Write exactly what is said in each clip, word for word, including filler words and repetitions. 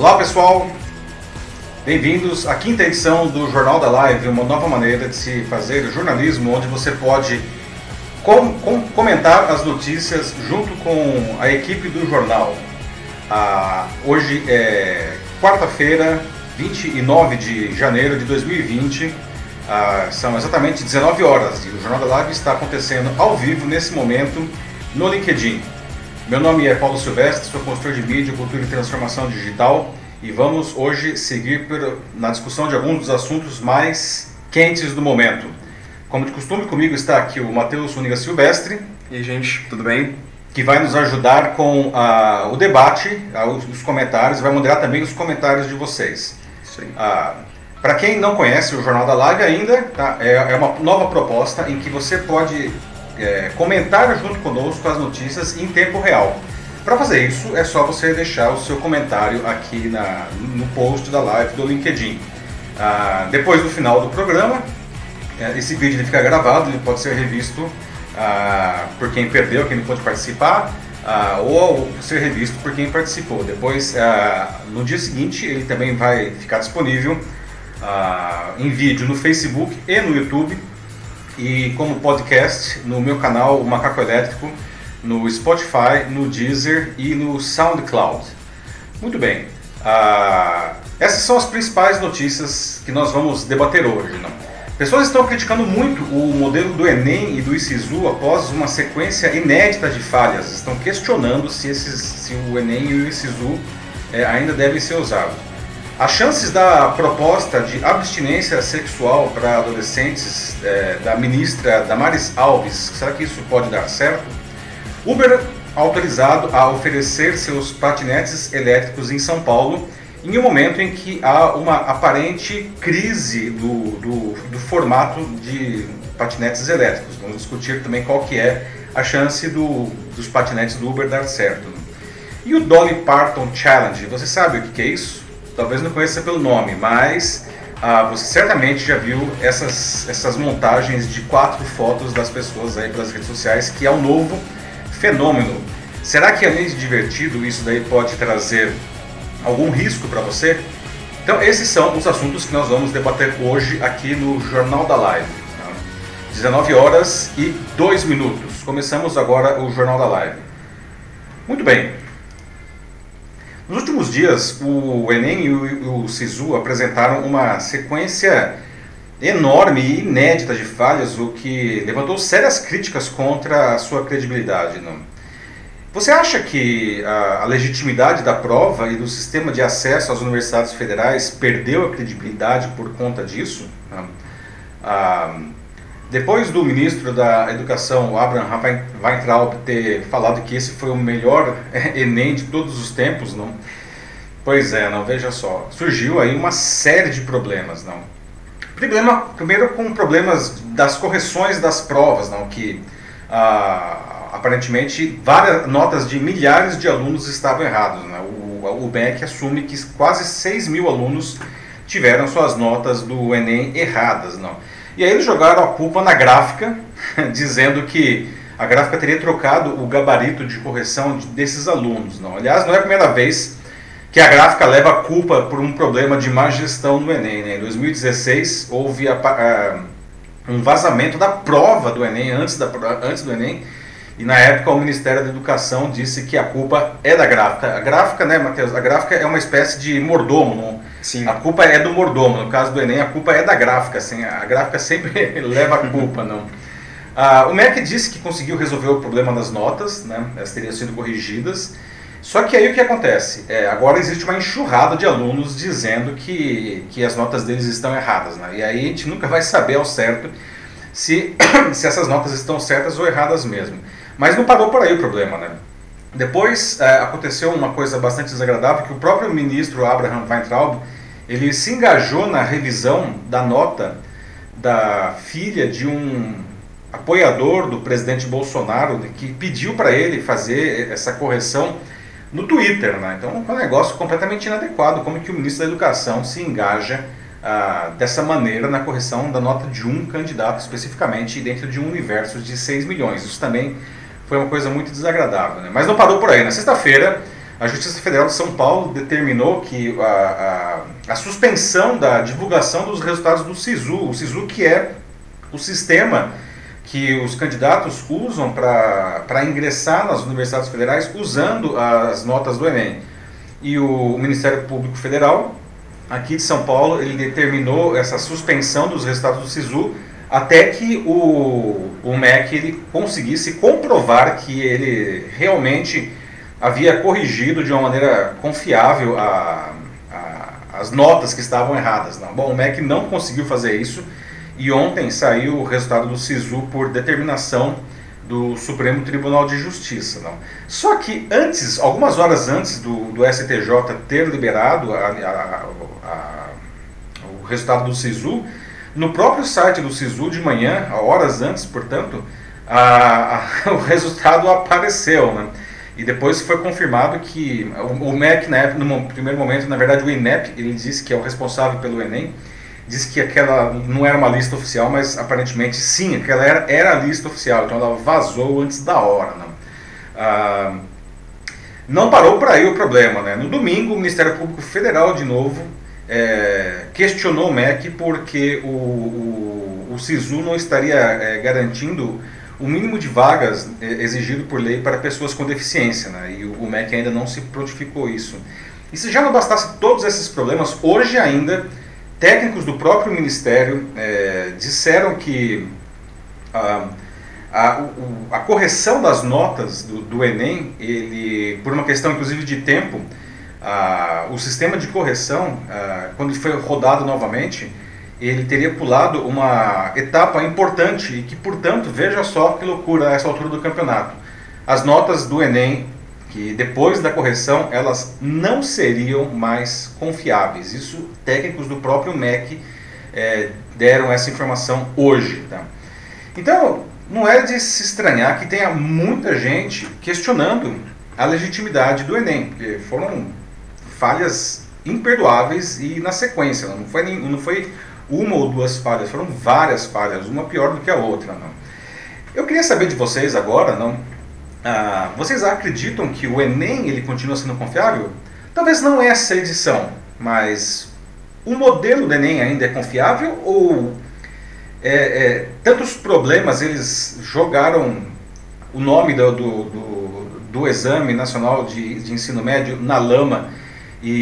Olá pessoal, bem-vindos à quinta edição do Jornal da Live, uma nova maneira de se fazer jornalismo, onde você pode com, com, comentar as notícias junto com a equipe do jornal. Ah, hoje é quarta-feira, vinte e nove de janeiro de dois mil e vinte, ah, são exatamente dezenove horas e o Jornal da Live está acontecendo ao vivo nesse momento no LinkedIn. Meu nome é Paulo Silvestre, sou consultor de mídia, cultura e transformação digital e vamos hoje seguir por, na discussão de alguns dos assuntos mais quentes do momento. Como de costume, comigo está aqui o Matheus Uniga Silvestre. E aí, gente, tudo bem? Que vai nos ajudar com ah, o debate, ah, os, os comentários, vai moderar também os comentários de vocês. Sim. Ah, Para quem não conhece o Jornal da Live ainda, tá, é, é uma nova proposta em que você pode É, comentar junto conosco as notícias em tempo real. Para fazer isso, é só você deixar o seu comentário aqui na, no post da live do LinkedIn. Ah, depois do final do programa, é, esse vídeo ele fica gravado, ele pode ser revisto ah, por quem perdeu, quem não pôde participar, ah, ou ser revisto por quem participou. Depois, ah, no dia seguinte, ele também vai ficar disponível ah, em vídeo no Facebook e no YouTube, e como podcast no meu canal, o Macaco Elétrico, no Spotify, no Deezer e no SoundCloud. Muito bem, ah, essas são as principais notícias que nós vamos debater hoje. Não? Pessoas estão criticando muito o modelo do Enem e do ICISU após uma sequência inédita de falhas. Estão questionando se, esses, se o Enem e o ICISU é, ainda devem ser usados. As chances da proposta de abstinência sexual para adolescentes é, da ministra Damares Alves, será que isso pode dar certo? Uber autorizado a oferecer seus patinetes elétricos em São Paulo em um momento em que há uma aparente crise do, do, do formato de patinetes elétricos. Vamos discutir também qual que é a chance do, dos patinetes do Uber dar certo. E o Dolly Parton Challenge, você sabe o que, que é isso? Talvez não conheça pelo nome, mas ah, você certamente já viu essas, essas montagens de quatro fotos das pessoas aí pelas redes sociais, que é um novo fenômeno. Será que além de divertido, isso daí pode trazer algum risco para você? Então esses são os assuntos que nós vamos debater hoje aqui no Jornal da Live. dezenove horas e dois minutos. Começamos agora o Jornal da Live. Muito bem. Nos últimos dias, o Enem e o ICISU apresentaram uma sequência enorme e inédita de falhas, o que levantou sérias críticas contra a sua credibilidade. Não? Você acha que a, a legitimidade da prova e do sistema de acesso às universidades federais perdeu a credibilidade por conta disso? Não? Ah, depois do ministro da Educação, Abraham Weintraub, ter falado que esse foi o melhor Enem de todos os tempos, não? Pois é, não, veja só, surgiu aí uma série de problemas, não? Problema, primeiro com problemas das correções das provas, não? Que ah, aparentemente várias notas de milhares de alunos estavam erradas, não? O, o M E C assume que quase seis mil alunos tiveram suas notas do Enem erradas, não? E aí eles jogaram a culpa na gráfica, dizendo que a gráfica teria trocado o gabarito de correção desses alunos. Não. Aliás, não é a primeira vez que a gráfica leva a culpa por um problema de má gestão no Enem. Né? Em dois mil e dezesseis, houve a, a, um vazamento da prova do Enem, antes, da, antes do Enem, e na época o Ministério da Educação disse que a culpa é da gráfica. A gráfica, né, Matheus? A gráfica é uma espécie de mordomo, não? Sim. A culpa é do mordomo, no caso do Enem a culpa é da gráfica, assim, a gráfica sempre leva a culpa, não? Ah, o M E C disse que conseguiu resolver o problema das notas, né? Elas teriam sido corrigidas, só que aí o que acontece? É, agora existe uma enxurrada de alunos dizendo que, que as notas deles estão erradas, né? E aí a gente nunca vai saber ao certo se, se essas notas estão certas ou erradas mesmo. Mas não parou por aí o problema, né? Depois é, aconteceu uma coisa bastante desagradável, que o próprio ministro Abraham Weintraub, ele se engajou na revisão da nota da filha de um apoiador do presidente Bolsonaro, que pediu para ele fazer essa correção no Twitter, né? Então é um negócio completamente inadequado, como que o ministro da Educação se engaja ah, dessa maneira na correção da nota de um candidato, especificamente dentro de um universo de seis milhões. Isso também foi uma coisa muito desagradável, né? Mas não parou por aí. Na sexta-feira, a Justiça Federal de São Paulo determinou que a, a, a suspensão da divulgação dos resultados do SISU, o SISU que é o sistema que os candidatos usam para ingressar nas universidades federais usando as notas do Enem. E o Ministério Público Federal, aqui de São Paulo, ele determinou essa suspensão dos resultados do SISU até que o, o M E C ele conseguisse comprovar que ele realmente havia corrigido de uma maneira confiável a, a, as notas que estavam erradas. Não. Bom, o M E C não conseguiu fazer isso e ontem saiu o resultado do SISU por determinação do Supremo Tribunal de Justiça. Não. Só que antes, algumas horas antes do, do S T J ter liberado a, a, a, o resultado do SISU, no próprio site do SISU de manhã, horas antes, portanto, a, a, o resultado apareceu. Né? E depois foi confirmado que o, o M E C, na época, no primeiro momento, na verdade o INEP, ele disse que é o responsável pelo Enem, disse que aquela não era uma lista oficial, mas aparentemente sim, aquela era, era a lista oficial, então ela vazou antes da hora. Não, ah, não parou por aí o problema. Né? No domingo, o Ministério Público Federal, de novo, é, questionou o M E C porque o, o, o SISU não estaria é, garantindo o mínimo de vagas é, exigido por lei para pessoas com deficiência. Né? E o, o M E C ainda não se prontificou isso. E se já não bastasse todos esses problemas, hoje ainda técnicos do próprio Ministério é, disseram que a, a, o, a correção das notas do, do Enem, ele, por uma questão inclusive de tempo, a, o sistema de correção, a, quando ele foi rodado novamente, ele teria pulado uma etapa importante e que, portanto, veja só que loucura a essa altura do campeonato. As notas do Enem, que depois da correção elas não seriam mais confiáveis. Isso técnicos do próprio M E C é, deram essa informação hoje. Tá? Então, não é de se estranhar que tenha muita gente questionando a legitimidade do Enem, porque foram falhas imperdoáveis e na sequência, não foi, nem, não foi uma ou duas falhas, foram várias falhas, uma pior do que a outra. Não. Eu queria saber de vocês agora, não? Ah, vocês acreditam que o Enem ele continua sendo confiável? Talvez não essa edição, mas o modelo do Enem ainda é confiável ou é, é, tantos problemas eles jogaram o nome do, do, do, do Exame Nacional de, de Ensino Médio na lama e,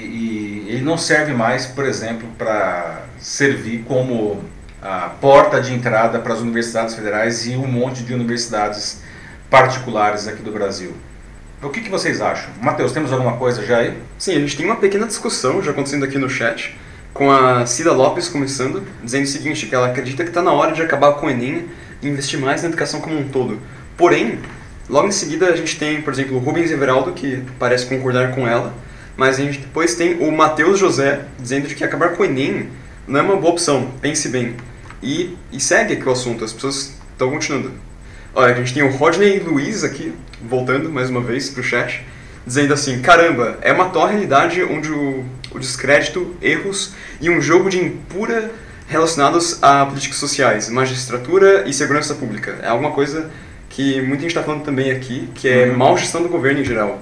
e ele não serve mais, por exemplo, para servir como a porta de entrada para as universidades federais e um monte de universidades particulares aqui do Brasil. O que, que vocês acham? Matheus, temos alguma coisa já aí? Sim, a gente tem uma pequena discussão já acontecendo aqui no chat, com a Cida Lopes começando, dizendo o seguinte, que ela acredita que está na hora de acabar com o Enem e investir mais na educação como um todo. Porém, logo em seguida a gente tem, por exemplo, o Rubens Everaldo, que parece concordar com ela, mas a gente depois tem o Matheus José, dizendo de que acabar com o Enem não é uma boa opção, pense bem. E, e segue aqui o assunto, as pessoas estão continuando. Olha, a gente tem o Rodney Luiz aqui, voltando mais uma vez para o chat, dizendo assim, caramba, é uma atual realidade onde o, o descrédito, erros e um jogo de impura relacionados a políticas sociais, magistratura e segurança pública. É alguma coisa que muita gente está falando também aqui, que é uhum. Mal gestão do governo em geral.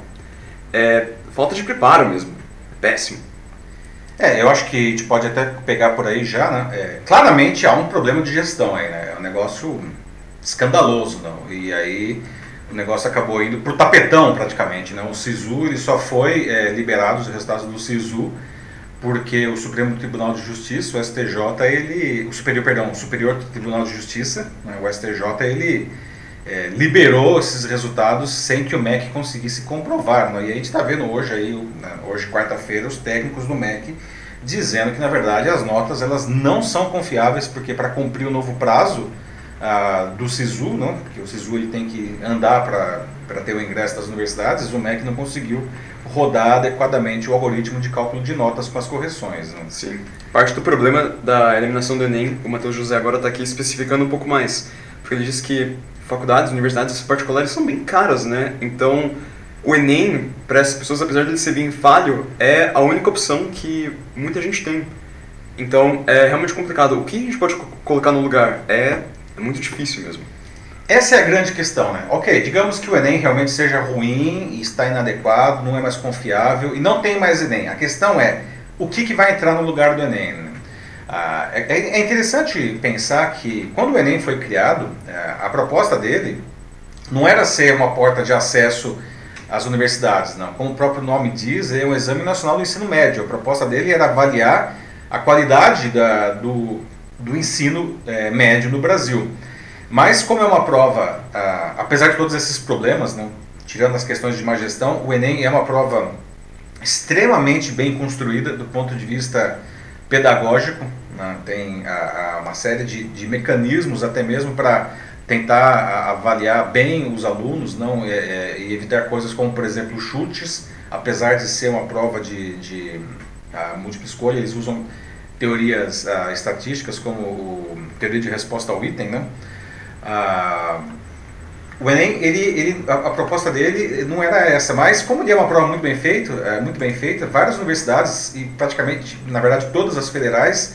É falta de preparo mesmo, é péssimo. É, eu acho que a gente pode até pegar por aí já, né? É, claramente há um problema de gestão aí, né? É um negócio escandaloso, não. E aí o negócio acabou indo pro tapetão praticamente, né? O SISU ele só foi é, liberado os resultados do SISU porque o Supremo Tribunal de Justiça, o S T J, ele, o Superior, perdão, o Superior Tribunal de Justiça, né, o S T J, ele é, liberou esses resultados sem que o M E C conseguisse comprovar, né? E a gente está vendo hoje aí, né, hoje quarta-feira, os técnicos do M E C dizendo que na verdade as notas elas não são confiáveis porque para cumprir o novo prazo Ah, do SISU, não? Porque o SISU ele tem que andar para ter o ingresso das universidades, o M E C não conseguiu rodar adequadamente o algoritmo de cálculo de notas com as correções. Não? Sim. Parte do problema da eliminação do Enem, o Matheus José agora está aqui especificando um pouco mais, porque ele diz que faculdades, universidades particulares são bem caras, né? Então, o Enem, para essas pessoas, apesar de ele ser bem falho, é a única opção que muita gente tem. Então, é realmente complicado. O que a gente pode co- colocar no lugar? É... É muito difícil mesmo. essa é a grande questão, né? Ok, digamos que o Enem realmente seja ruim, está inadequado, não é mais confiável e não tem mais Enem. A questão é, o que, que vai entrar no lugar do Enem? Né? Ah, é, é interessante pensar que quando o Enem foi criado, a proposta dele não era ser uma porta de acesso às universidades, não. Como o próprio nome diz, é um exame nacional do ensino médio. A proposta dele era avaliar a qualidade da, do, do ensino é, médio no Brasil. Mas como é uma prova, ah, apesar de todos esses problemas, né, tirando as questões de má gestão, o Enem é uma prova extremamente bem construída do ponto de vista pedagógico, né, tem a, a, uma série de, de mecanismos até mesmo para tentar avaliar bem os alunos, não, é, é, e evitar coisas como, por exemplo, chutes, apesar de ser uma prova de, de a, múltipla escolha, eles usam teorias a, estatísticas como o, teoria de resposta ao item, né? Ah, o Enem, ele, ele, a, a proposta dele não era essa, mas como ele é uma prova muito bem feita, é, muito bem feita, várias universidades e praticamente, na verdade, todas as federais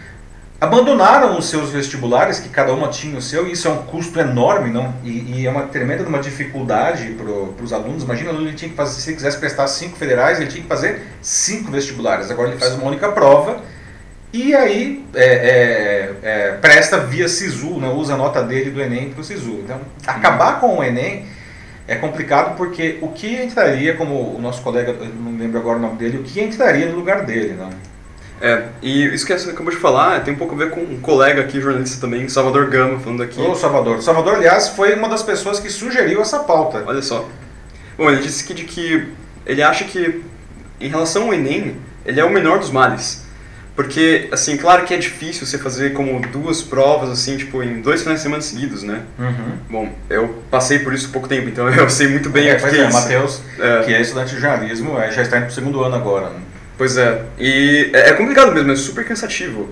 abandonaram os seus vestibulares, que cada uma tinha o seu, e isso é um custo enorme, não? E, e é uma tremenda uma dificuldade para os alunos. Imagina, ele tinha que fazer, se ele quisesse prestar cinco federais, ele tinha que fazer cinco vestibulares. Agora ele faz uma única prova e aí é, é, é, presta via SISU, né? Usa a nota dele do Enem para o SISU. Então, acabar com o Enem é complicado porque o que entraria, como o nosso colega, eu não lembro agora o nome dele, o que entraria no lugar dele, não? É, e isso que você acabou de falar tem um pouco a ver com um colega aqui, jornalista também, Salvador Gama, falando aqui. Ô, Salvador. Salvador, aliás, foi uma das pessoas que sugeriu essa pauta. Olha só. Bom, ele disse que, de que ele acha que, em relação ao Enem, ele é o menor dos males. Porque, assim, claro que é difícil você fazer como duas provas, assim, tipo, em dois finais de semana seguidos, né? Uhum. Bom, eu passei por isso há pouco tempo, então eu sei muito bem é, o que pois é, é isso. Matheus, é. que é estudante de jornalismo, já está indo para o segundo ano agora, né? Pois é, e é complicado mesmo, é super cansativo,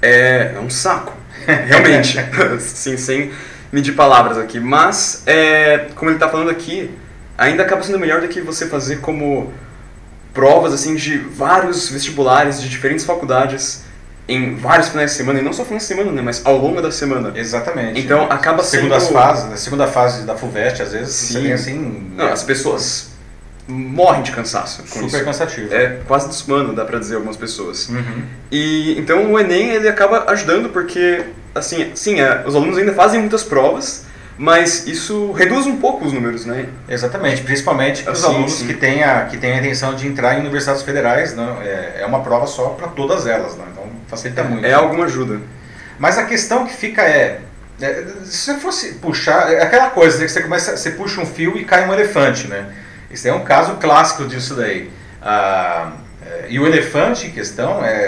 é, é um saco, realmente, sim, sem medir palavras aqui, mas, é, como ele está falando aqui, ainda acaba sendo melhor do que você fazer como provas assim, de vários vestibulares de diferentes faculdades em vários finais de semana, e não só finais de semana, né, mas ao longo da semana. Exatamente. Então acaba sendo... Segundas fases, né? Segunda fase da FUVEST, às vezes, Sim. você tem assim... Não, é, as pessoas morrem de cansaço com super isso. cansativo. É quase desumano, dá pra dizer, algumas pessoas. Uhum. E então o Enem, ele acaba ajudando porque, assim, sim, é, os alunos ainda fazem muitas provas, mas isso reduz um pouco os números, né? Exatamente, principalmente para os Assim, alunos sim. que têm, a, que têm a intenção de entrar em universidades federais, né? é, é uma prova só para todas elas, né? Então facilita muito. É alguma ajuda. Mas a questão que fica é, é se você fosse puxar, é aquela coisa, né, que você, começa, você puxa um fio e cai um elefante, né? Esse é um caso clássico disso daí. Ah, é, e o elefante em questão, é,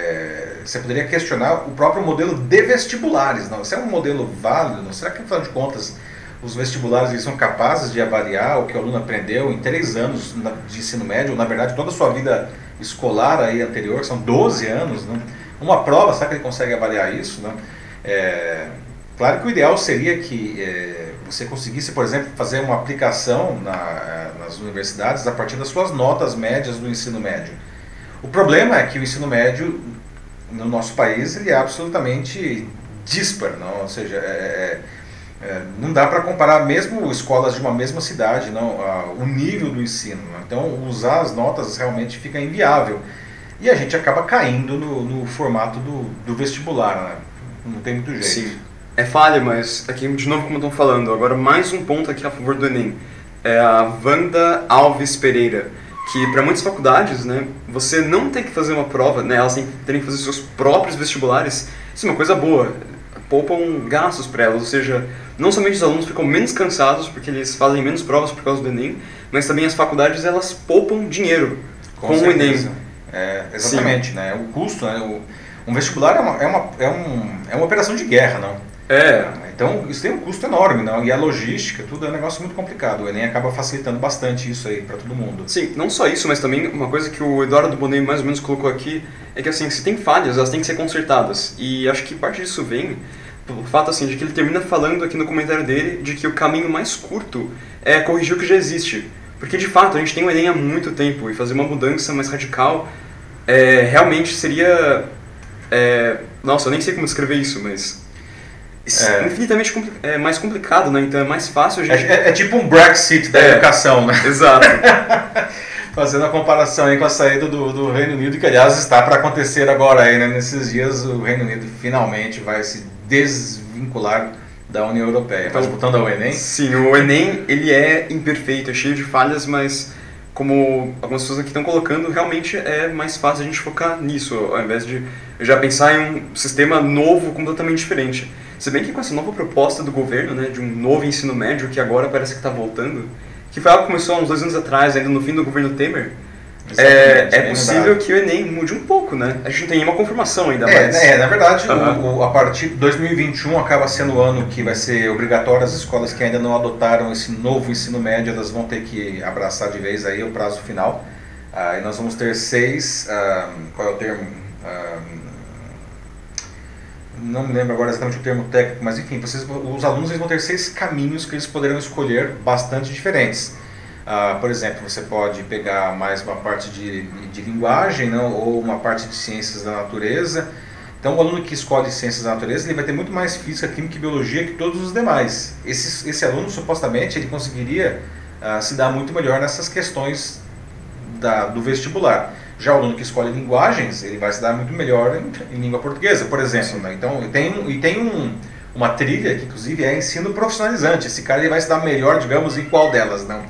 é, você poderia questionar o próprio modelo de vestibulares. Não? Se é um modelo válido, não? Será que, afinal de contas, os vestibulares eles são capazes de avaliar o que o aluno aprendeu em três anos de ensino médio, ou na verdade toda a sua vida escolar aí anterior, são doze anos, né? Uma prova, será que ele consegue avaliar isso? Né? É, claro que o ideal seria que é, você conseguisse, por exemplo, fazer uma aplicação na, nas universidades a partir das suas notas médias do ensino médio. O problema é que o ensino médio no nosso país ele é absolutamente dispar, não? Ou seja, é, é, não dá para comparar mesmo escolas de uma mesma cidade, não, a, o nível do ensino. Não? Então usar as notas realmente fica inviável. E a gente acaba caindo no, no formato do, do vestibular, né? Não tem muito jeito. Sim, é falha, mas aqui de novo como estão falando, agora mais um ponto aqui a favor do Enem. É a Wanda Alves Pereira, que para muitas faculdades, né, você não tem que fazer uma prova, né, elas têm, terem que fazer seus próprios vestibulares, isso é uma coisa boa, poupam gastos para elas, ou seja, não somente os alunos ficam menos cansados porque eles fazem menos provas por causa do Enem, mas também as faculdades elas poupam dinheiro com, com o Enem. É, exatamente, né? O custo, né? O, um vestibular é uma, é, uma, é, um, é uma operação de guerra, não? É. Então isso tem um custo enorme, não? E a logística, tudo é um negócio muito complicado. O Enem acaba facilitando bastante isso aí para todo mundo. Sim, não só isso, mas também uma coisa que o Eduardo Bonet mais ou menos colocou aqui é que assim, se tem falhas, elas têm que ser consertadas. E acho que parte disso vem pelo fato assim, de que ele termina falando aqui no comentário dele de que o caminho mais curto é corrigir o que já existe. Porque de fato a gente tem o Enem há muito tempo e fazer uma mudança mais radical é, realmente seria... É, nossa, eu nem sei como descrever isso, mas... é. infinitamente compli é, mais complicado, né? Então é mais fácil a gente... É, é, é tipo um Brexit da é. educação, né? Exato. Fazendo a comparação aí com a saída do, do Reino Unido, que aliás está para acontecer agora aí, né? Nesses dias o Reino Unido finalmente vai se desvincular da União Europeia. Está disputando ao Enem? Sim, o Enem ele é imperfeito, é cheio de falhas, mas como algumas pessoas aqui estão colocando, realmente é mais fácil a gente focar nisso, ao invés de já pensar em um sistema novo, completamente diferente. Se bem que com essa nova proposta do governo, né, de um novo ensino médio, que agora parece que está voltando, que foi algo que começou há uns dois anos atrás, ainda no fim do governo Temer, é, é possível que o Enem mude um pouco, né? A gente não tem nenhuma confirmação ainda, é, mas... É, na verdade, uhum. o, o, a partir de dois mil e vinte e um acaba sendo o ano que vai ser obrigatório. As escolas que ainda não adotaram esse novo ensino médio, elas vão ter que abraçar de vez aí o prazo final. Ah, e nós vamos ter seis... Ah, qual é o termo? Ah, não me lembro agora exatamente o termo técnico, mas enfim, vocês, os alunos eles vão ter seis caminhos que eles poderão escolher bastante diferentes. Uh, por exemplo, você pode pegar mais uma parte de, de linguagem, não? Ou uma parte de ciências da natureza. Então o aluno que escolhe ciências da natureza ele vai ter muito mais física, química e biologia que todos os demais. Esse, esse aluno supostamente ele conseguiria uh, se dar muito melhor nessas questões da, do vestibular. Já o aluno que escolhe linguagens, ele vai se dar muito melhor em, em língua portuguesa, por exemplo. Né? Então, tem, e tem um, uma trilha que, inclusive, é ensino profissionalizante. Esse cara ele vai se dar melhor, digamos, em qual delas, não?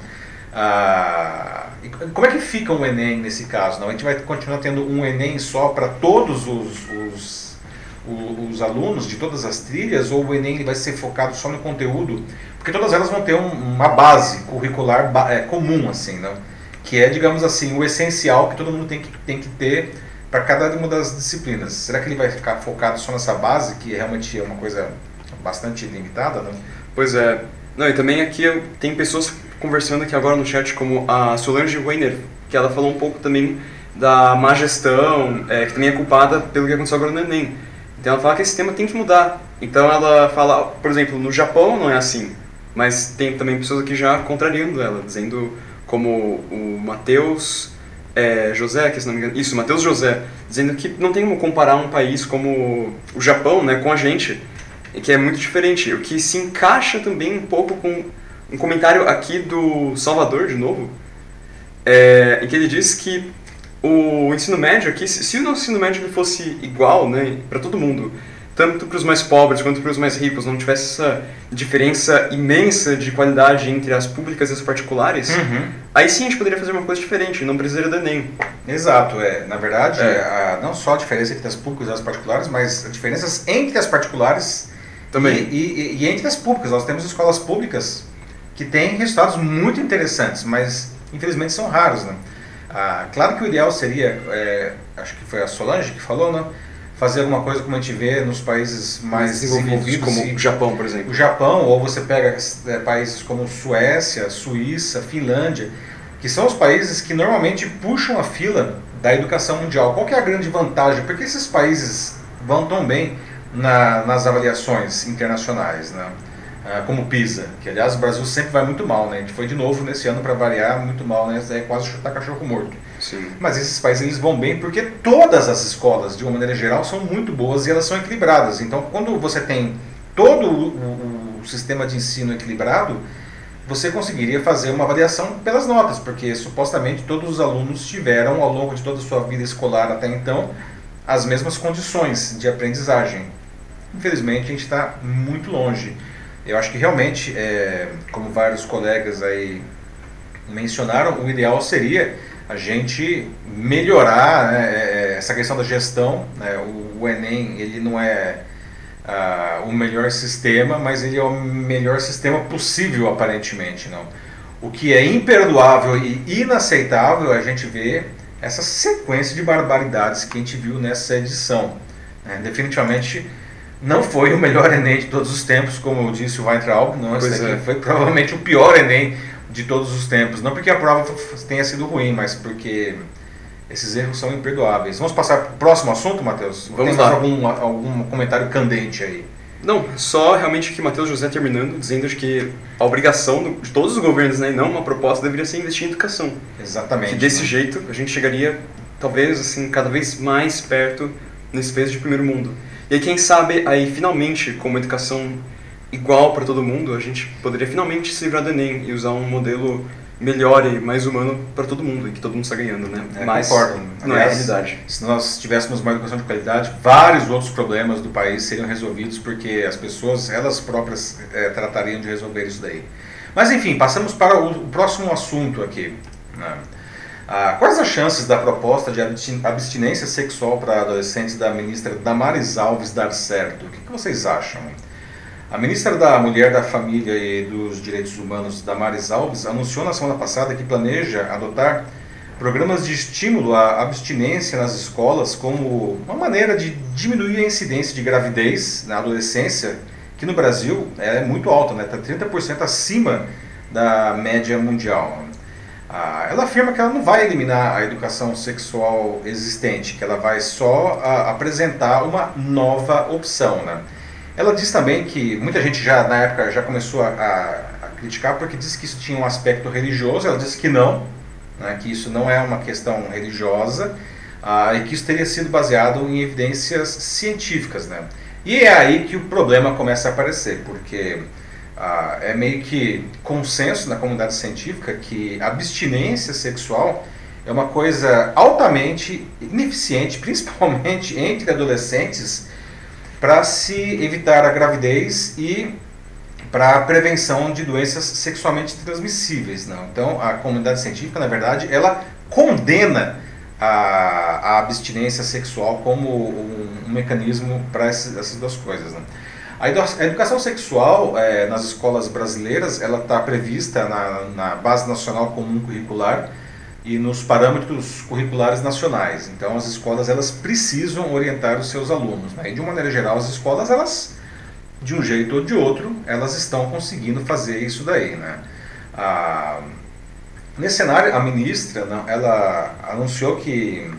Ah, e como é que fica um Enem nesse caso? Não? A gente vai continuar tendo um Enem só para todos os, os, os, os alunos de todas as trilhas, ou o Enem ele vai ser focado só no conteúdo? Porque todas elas vão ter um, uma base curricular ba é, comum, assim, não? Que é, digamos assim, o essencial que todo mundo tem que, tem que ter para cada uma das disciplinas. Será que ele vai ficar focado só nessa base, que realmente é uma coisa bastante limitada? Não? Pois é. Não, e também aqui eu, tem pessoas conversando aqui agora no chat, como a Solange Weiner, que ela falou um pouco também da má gestão, é, que também é culpada pelo que aconteceu agora no Enem. Então ela fala que esse sistema tem que mudar. Então ela fala, por exemplo, no Japão não é assim, mas tem também pessoas aqui já contrariando ela, dizendo como o Matheus é, José, que se não me engano, isso, Matheus José, dizendo que não tem como comparar um país como o Japão, né, com a gente, que é muito diferente, o que se encaixa também um pouco com um comentário aqui do Salvador, de novo, é, em que ele diz que o ensino médio aqui, se o nosso ensino médio ele fosse igual, né, para todo mundo, tanto para os mais pobres quanto para os mais ricos, não tivesse essa diferença imensa de qualidade entre as públicas e as particulares, uhum. aí sim a gente poderia fazer uma coisa diferente, não precisaria do Enem. Exato, é. Na verdade, é. a, não só a diferença entre as públicas e as particulares, mas as diferenças entre as particulares também. E, e, e entre as públicas. Nós temos escolas públicas que têm resultados muito interessantes, mas infelizmente são raros. Né? Ah, claro que o ideal seria, é, acho que foi a Solange que falou, né? Fazer alguma coisa como a gente vê nos países mais desenvolvidos, desenvolvidos como o Japão, por exemplo. O Japão, ou você pega é, países como Suécia, Suíça, Finlândia, que são os países que normalmente puxam a fila da educação mundial. Qual que é a grande vantagem? Por que esses países vão tão bem na, nas avaliações internacionais, né? Ah, como o PISA, que aliás o Brasil sempre vai muito mal, né? A gente foi de novo nesse ano para variar muito mal, né? É quase chutar cachorro morto. Sim. Mas esses países eles vão bem porque todas as escolas, de uma maneira geral, são muito boas e elas são equilibradas. Então, quando você tem todo o, o, o sistema de ensino equilibrado, você conseguiria fazer uma avaliação pelas notas, porque supostamente todos os alunos tiveram, ao longo de toda a sua vida escolar até então, as mesmas condições de aprendizagem. Infelizmente, a gente está muito longe. Eu acho que realmente, é, como vários colegas aí mencionaram, o ideal seria a gente melhorar, né, essa questão da gestão. Né, o, o Enem ele não é uh, o melhor sistema, mas ele é o melhor sistema possível, aparentemente. Não. O que é imperdoável e inaceitável é a gente ver essa sequência de barbaridades que a gente viu nessa edição. Né, definitivamente não foi o melhor Enem de todos os tempos, como disse o Weintraub, não, esse daqui é. foi provavelmente o pior Enem de todos os tempos. Não porque a prova tenha sido ruim, mas porque esses erros são imperdoáveis. Vamos passar para o próximo assunto, Matheus? Vamos Tem lá. mais algum, algum comentário candente aí? Não, só realmente que Matheus José terminando, dizendo de que a obrigação de todos os governos, né, e não uma proposta, deveria ser investir em educação. Exatamente. Que desse né? jeito a gente chegaria, talvez, assim, cada vez mais perto nesse país de primeiro mundo. E aí, quem sabe, aí finalmente, com uma educação igual para todo mundo, a gente poderia finalmente se livrar do Enem e usar um modelo melhor e mais humano para todo mundo, e que todo mundo está ganhando, né? É, Mas concordo. não é a realidade. Se nós tivéssemos uma educação de qualidade, vários outros problemas do país seriam resolvidos, porque as pessoas, elas próprias, é, tratariam de resolver isso daí. Mas enfim, passamos para o próximo assunto aqui, né? Ah, quais as chances da proposta de abstinência sexual para adolescentes da ministra Damares Alves dar certo? O que, que vocês acham? A ministra da Mulher, da Família e dos Direitos Humanos, Damares Alves, anunciou na semana passada que planeja adotar programas de estímulo à abstinência nas escolas como uma maneira de diminuir a incidência de gravidez na adolescência, que no Brasil é muito alta, né? Está trinta por cento acima da média mundial. Ah, ela afirma que ela não vai eliminar a educação sexual existente, que ela vai só a, apresentar uma nova opção, né? Ela diz também que muita gente já na época já começou a, a, a criticar porque disse que isso tinha um aspecto religioso. Ela disse que não, né, que isso não é uma questão religiosa, ah, e que isso teria sido baseado em evidências científicas, né? E é aí que o problema começa a aparecer, porque ah, é meio que consenso na comunidade científica que a abstinência sexual é uma coisa altamente ineficiente, principalmente entre adolescentes, para se evitar a gravidez e para a prevenção de doenças sexualmente transmissíveis, não? Então, a comunidade científica, na verdade, ela condena a, a abstinência sexual como um, um mecanismo para essas duas coisas, não? A educação sexual é, nas escolas brasileiras, ela está prevista na, na Base Nacional Comum Curricular e nos parâmetros curriculares nacionais. Então, as escolas, elas precisam orientar os seus alunos, né? E de uma maneira geral, as escolas, elas, de um jeito ou de outro, elas estão conseguindo fazer isso daí, né? Ah, nesse cenário, a ministra, não, ela anunciou que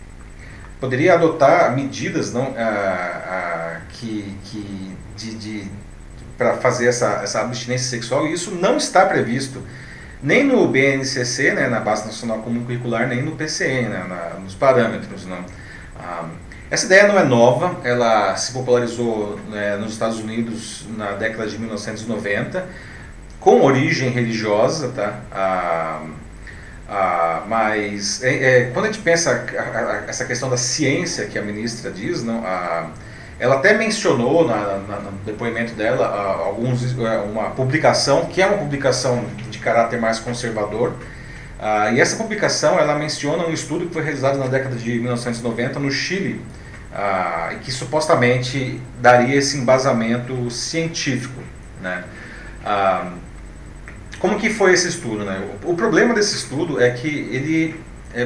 poderia adotar medidas, não, ah, ah, que, que de, de, para fazer essa, essa abstinência sexual, e isso não está previsto nem no B N C C, né, na Base Nacional Comum Curricular, nem no P C N, né, na, nos parâmetros, não. Ah, essa ideia não é nova, ela se popularizou, né, nos Estados Unidos na década de mil novecentos e noventa, com origem religiosa, tá? Ah, ah, mas é, é, quando a gente pensa a, a, essa questão da ciência que a ministra diz, não, a, ela até mencionou na, na, no depoimento dela a, alguns, uma publicação, que é uma publicação de caráter mais conservador, ah, e essa publicação ela menciona um estudo que foi realizado na década de mil novecentos e noventa no Chile, ah, e que supostamente daria esse embasamento científico, né? Ah, como que foi esse estudo, né? O, o problema desse estudo é que ele é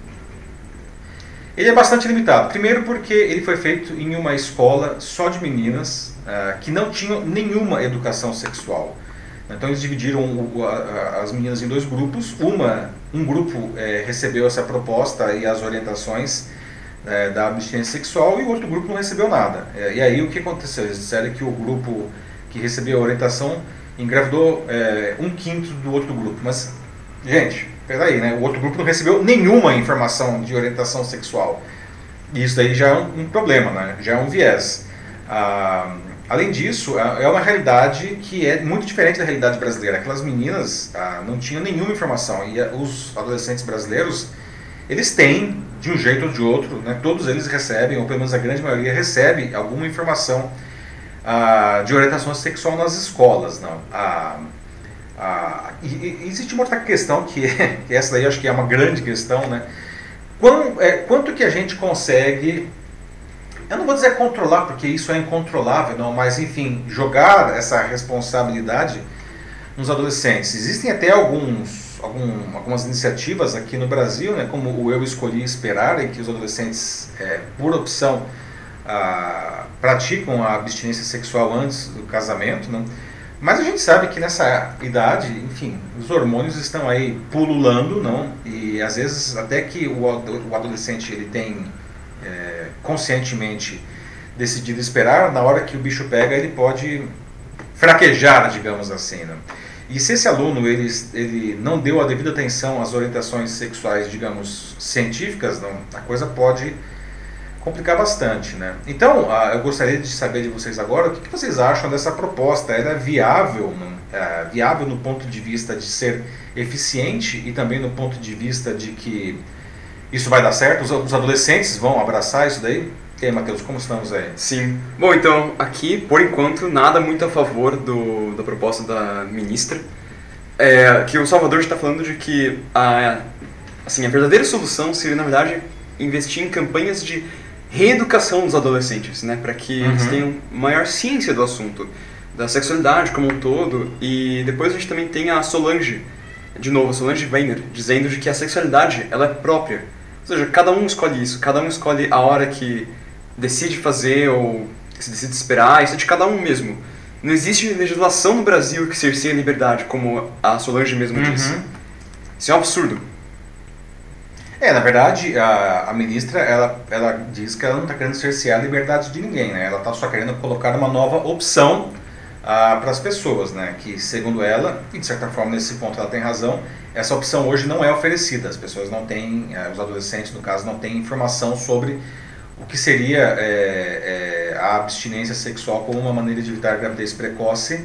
Ele é bastante limitado. Primeiro porque ele foi feito em uma escola só de meninas uh, que não tinham nenhuma educação sexual. Então eles dividiram o, a, as meninas em dois grupos. Uma, um grupo é, recebeu essa proposta e as orientações é, da abstinência sexual, e o outro grupo não recebeu nada. É, e aí o que aconteceu? Eles disseram que o grupo que recebeu a orientação engravidou é, um quinto do outro grupo. Mas, gente, peraí, né? O outro grupo não recebeu nenhuma informação de orientação sexual. E isso daí já é um, um problema, né? Já é um viés. Ah, além disso, é uma realidade que é muito diferente da realidade brasileira. Aquelas meninas ah, não tinham nenhuma informação, e os adolescentes brasileiros, eles têm, de um jeito ou de outro, né? Todos eles recebem, ou pelo menos a grande maioria recebe alguma informação ah, de orientação sexual nas escolas, não? Ah, Ah, e, e existe uma outra questão que, é, que essa daí eu acho que é uma grande questão, né? Quanto, é, quanto que a gente consegue, eu não vou dizer controlar, porque isso é incontrolável, não, mas enfim, jogar essa responsabilidade nos adolescentes. Existem até alguns, algum, algumas iniciativas aqui no Brasil, né, como o Eu Escolhi Esperar, em que os adolescentes, é, por opção, ah, praticam a abstinência sexual antes do casamento, né? Mas a gente sabe que nessa idade, enfim, os hormônios estão aí pululando, não? E às vezes até que o adolescente ele tem é, conscientemente decidido esperar, na hora que o bicho pega ele pode fraquejar, digamos assim, não? E se esse aluno ele, ele não deu a devida atenção às orientações sexuais, digamos, científicas, não, a coisa pode complicar bastante, né? Então, uh, eu gostaria de saber de vocês agora o que, que vocês acham dessa proposta. Ela é viável, uh, viável no ponto de vista de ser eficiente e também no ponto de vista de que isso vai dar certo? Os, os adolescentes vão abraçar isso daí? E aí, Matheus, como estamos aí? Sim. Bom, então, aqui, por enquanto, nada muito a favor do, da proposta da ministra. É, que o Salvador está falando de que a, assim, a verdadeira solução seria, na verdade, investir em campanhas de reeducação dos adolescentes, né, para que uhum. eles tenham maior ciência do assunto, da sexualidade como um todo. E depois a gente também tem a Solange, de novo, a Solange Weiner, dizendo de que a sexualidade ela é própria. Ou seja, cada um escolhe isso, cada um escolhe a hora que decide fazer ou se decide esperar, isso é de cada um mesmo. Não existe legislação no Brasil que cerceie a liberdade, como a Solange mesmo uhum. disse. Isso é um absurdo. É, na verdade, a, a ministra, ela, ela diz que ela não está querendo cercear a liberdade de ninguém, né? Ela está só querendo colocar uma nova opção ah, para as pessoas, né? Que, segundo ela, e de certa forma nesse ponto ela tem razão, essa opção hoje não é oferecida. As pessoas não têm, os adolescentes, no caso, não têm informação sobre o que seria é, é, a abstinência sexual como uma maneira de evitar gravidez precoce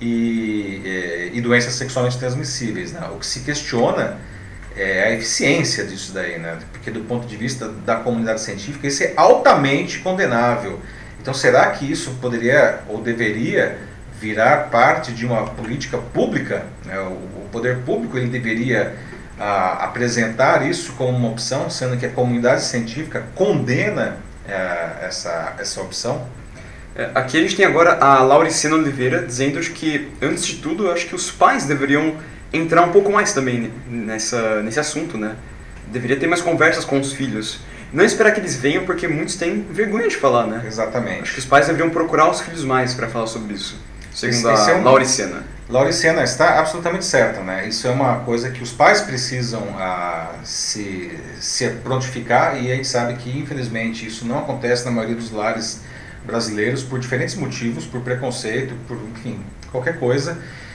e, é, e doenças sexualmente transmissíveis, né? O que se questiona é a eficiência disso daí, né? Porque do ponto de vista da comunidade científica isso é altamente condenável. Então será que isso poderia ou deveria virar parte de uma política pública? Né? O, o poder público ele deveria a, apresentar isso como uma opção, sendo que a comunidade científica condena é, essa, essa opção? É, aqui a gente tem agora a Lauricena Oliveira dizendo de que, antes de tudo, eu acho que os pais deveriam entrar um pouco mais também nessa, nesse assunto, né? Deveria ter mais conversas com os filhos. Não esperar que eles venham, porque muitos têm vergonha de falar, né? Exatamente. Acho que os pais deveriam procurar os filhos mais para falar sobre isso, segundo esse, esse a é um... Lauricena. Lauricena está absolutamente certa, né? Isso é uma coisa que os pais precisam ah, se, se prontificar, e a gente sabe que, infelizmente, isso não acontece na maioria dos lares brasileiros por diferentes motivos, por preconceito, por, enfim, qualquer coisa.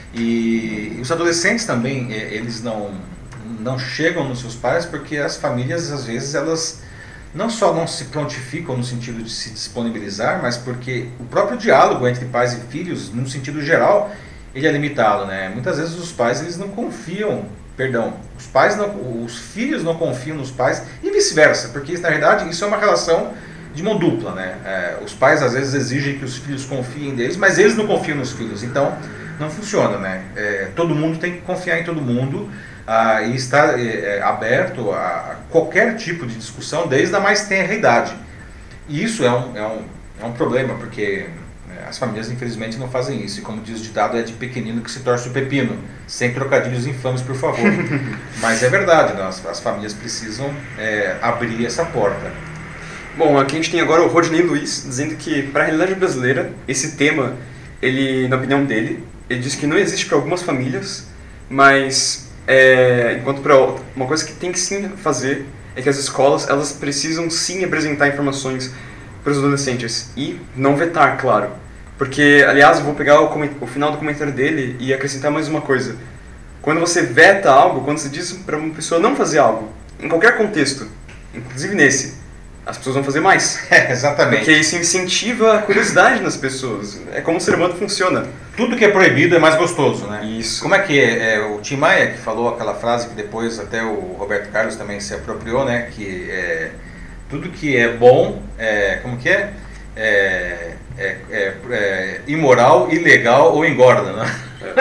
E os adolescentes também, eles não, não chegam nos seus pais porque as famílias, às vezes, elas não só não se prontificam no sentido de se disponibilizar, mas porque o próprio diálogo entre pais e filhos, no sentido geral, ele é limitado, né? Muitas vezes os pais, eles não confiam, perdão, os pais não, os filhos não confiam nos pais e vice-versa, porque na verdade isso é uma relação de mão dupla, né? É, os pais às vezes exigem que os filhos confiem neles, mas eles não confiam nos filhos, então não funciona, né? É, todo mundo tem que confiar em todo mundo ah, e estar é, aberto a qualquer tipo de discussão, desde a mais tenra idade. E isso é um, é um, é um problema, porque as famílias infelizmente não fazem isso, e como diz o ditado, é de pequenino que se torce o pepino, sem trocadilhos infames, por favor. Mas é verdade, né? as, as famílias precisam é, abrir essa porta. Bom, aqui a gente tem agora o Rodney Luiz dizendo que, para a realidade brasileira, esse tema, ele, na opinião dele, ele diz que não existe para algumas famílias, mas é, enquanto para outra, uma coisa que tem que sim fazer é que as escolas, elas precisam sim apresentar informações para os adolescentes e não vetar, claro. Porque, aliás, eu vou pegar o, o final do comentário dele e acrescentar mais uma coisa. Quando você veta algo, quando você diz para uma pessoa não fazer algo, em qualquer contexto, inclusive nesse, as pessoas vão fazer mais. É, exatamente. Porque isso incentiva a curiosidade nas pessoas. É como o ser humano funciona. Tudo que é proibido é mais gostoso, né? Isso. Como é que é? É o Tim Maia que falou aquela frase que depois até o Roberto Carlos também se apropriou, né? Que é, tudo que é bom, é, como que é? É, é, é, é imoral, ilegal ou engorda, né?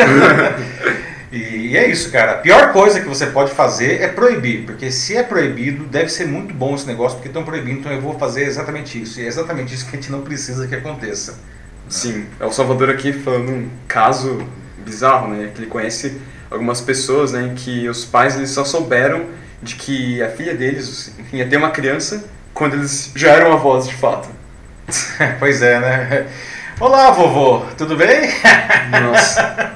E é isso, cara. A pior coisa que você pode fazer é proibir, porque se é proibido, deve ser muito bom esse negócio, porque estão proibindo, então eu vou fazer exatamente isso. E é exatamente isso que a gente não precisa que aconteça. Sim, é o Salvador aqui falando um caso bizarro, né? Que ele conhece algumas pessoas, né? Que os pais eles só souberam de que a filha deles, enfim, ia ter uma criança quando eles já eram avós de fato. Pois é, né? Olá, vovô, tudo bem? Nossa.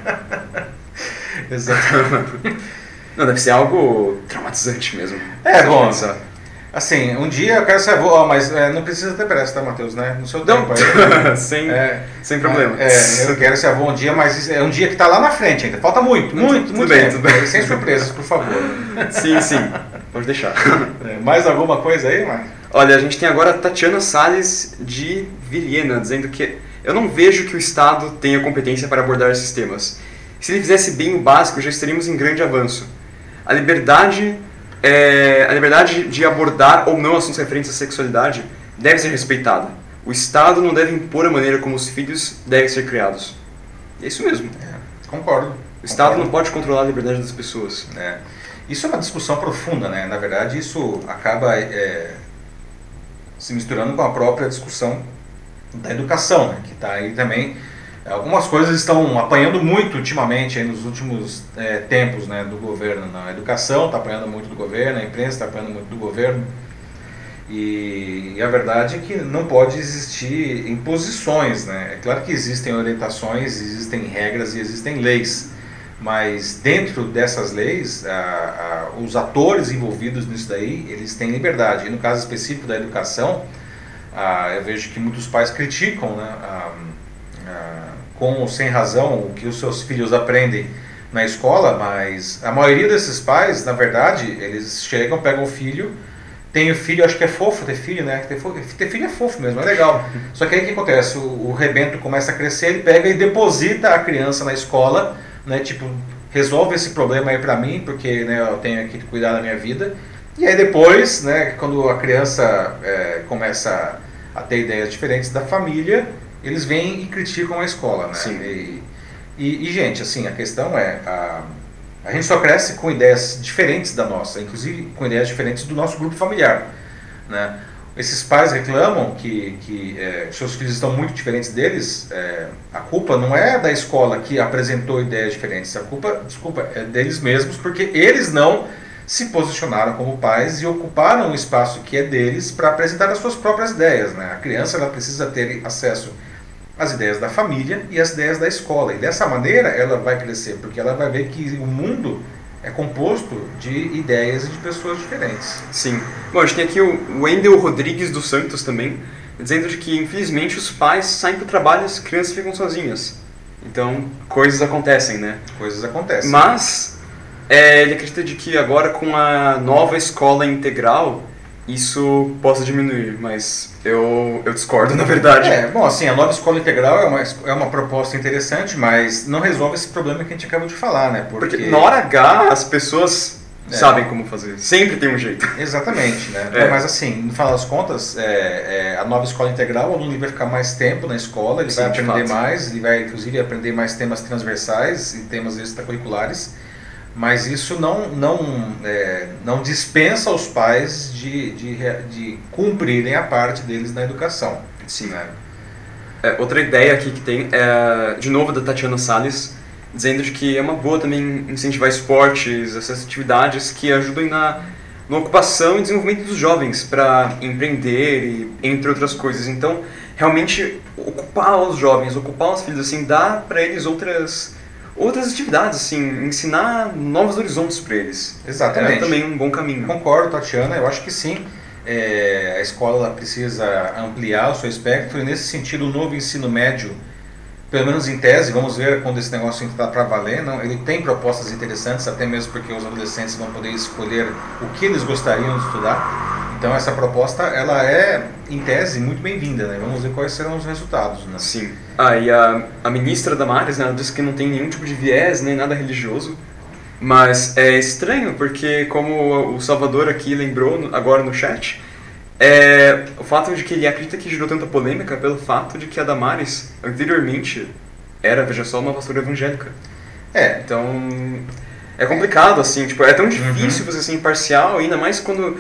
Exatamente. Não, deve ser algo traumatizante mesmo. É, bom, pensar. Assim, um dia eu quero ser avô, oh, mas é, não precisa ter pressa, tá, Matheus, né? No seu não. tempo aí. sem, é, sem problema. É, eu quero ser avô um dia, mas é um dia que tá lá na frente ainda. Falta muito, muito, tudo muito bem, tempo. Tudo bem. Sem surpresas, por favor. Sim, sim. Pode deixar. É, mais alguma coisa aí, Marcos? Olha, a gente tem agora a Tatiana Salles de Vilhena, dizendo que eu não vejo que o Estado tenha competência para abordar esses temas. Se ele fizesse bem o básico, já estaríamos em grande avanço. A liberdade, é, a liberdade de abordar ou não assuntos referentes à sexualidade deve ser respeitada. O Estado não deve impor a maneira como os filhos devem ser criados. É isso mesmo. É, concordo. O Estado concordo. não pode controlar a liberdade das pessoas. É. Isso é uma discussão profunda, né? Na verdade, isso acaba é, se misturando com a própria discussão da educação, né? Que está aí também. Algumas coisas estão apanhando muito ultimamente, aí nos últimos é, tempos, né, do governo. A educação está apanhando muito do governo, a imprensa está apanhando muito do governo. E, e a verdade é que não pode existir imposições, né? É claro que existem orientações, existem regras e existem leis. Mas dentro dessas leis, a, a, os atores envolvidos nisso daí, eles têm liberdade. E no caso específico da educação, a, eu vejo que muitos pais criticam, né, a, a, com ou sem razão, o que os seus filhos aprendem na escola, mas a maioria desses pais, na verdade, eles chegam, pegam o filho, tem o filho, acho que é fofo ter filho, né? Ter, ter filho é fofo mesmo, é legal. Só que aí o que acontece? O, o rebento começa a crescer, ele pega e deposita a criança na escola, né, tipo, resolve esse problema aí pra mim, porque, né, eu tenho que cuidar da minha vida. E aí depois, né, quando a criança é, começa a ter ideias diferentes da família, eles vêm e criticam a escola, né? Sim. E, e, e, gente, assim, a questão é, a, a gente só cresce com ideias diferentes da nossa, inclusive com ideias diferentes do nosso grupo familiar, né? Esses pais reclamam que, que é, seus filhos estão muito diferentes deles. É, a culpa não é da escola que apresentou ideias diferentes. A culpa, desculpa, é deles mesmos, porque eles não se posicionaram como pais e ocuparam o espaço que é deles para apresentar as suas próprias ideias, né? A criança ela precisa ter acesso às ideias da família e às ideias da escola. E dessa maneira ela vai crescer, porque ela vai ver que o mundo é composto de ideias e de pessoas diferentes. Sim. Bom, a gente tem aqui o Wendel Rodrigues dos Santos também, dizendo de que, infelizmente, os pais saem para o trabalho e as crianças ficam sozinhas. Então, coisas acontecem, né? Coisas acontecem. Mas, é, ele acredita de que agora, com a nova escola integral, isso possa diminuir, mas eu, eu discordo, na verdade. É, bom, assim, a nova escola integral é uma, é uma proposta interessante, mas não resolve esse problema que a gente acabou de falar, né? Porque, Porque na hora H, as pessoas é. sabem como fazer. Sempre tem um jeito. Exatamente, né? É. Mas assim, no final das contas, é, é, a nova escola integral, o aluno vai ficar mais tempo na escola, ele Sim, vai aprender mais, ele vai, inclusive, aprender mais temas transversais e temas extracurriculares. Mas isso não, não, é, não dispensa os pais de, de, de cumprirem a parte deles na educação. Sim. Né? É, outra ideia aqui que tem é, de novo, da Tatiana Salles, dizendo de que é uma boa também incentivar esportes, essas atividades que ajudem na, na ocupação e desenvolvimento dos jovens para empreender, e, entre outras coisas. Então, realmente, ocupar os jovens, ocupar os filhos, assim, dá para eles outras... outras atividades, assim, ensinar novos horizontes para eles. Exatamente. É também um bom caminho. Concordo, Tatiana, eu acho que sim. É, a escola ela precisa ampliar o seu espectro e, nesse sentido, o novo ensino médio, pelo menos em tese, vamos ver quando esse negócio está para valer, não, ele tem propostas interessantes, até mesmo porque os adolescentes vão poder escolher o que eles gostariam de estudar. Então essa proposta, ela é, em tese, muito bem-vinda, né? Vamos ver quais serão os resultados, né? Sim. Ah, e a, a ministra Damares, né, ela disse que não tem nenhum tipo de viés, nem nada religioso, mas é estranho, porque como o Salvador aqui lembrou agora no chat, é, o fato de que ele acredita que gerou tanta polêmica pelo fato de que a Damares, anteriormente, era, veja só, uma pastora evangélica. É. Então, é complicado, assim, tipo, é tão difícil uhum. você ser imparcial, ainda mais quando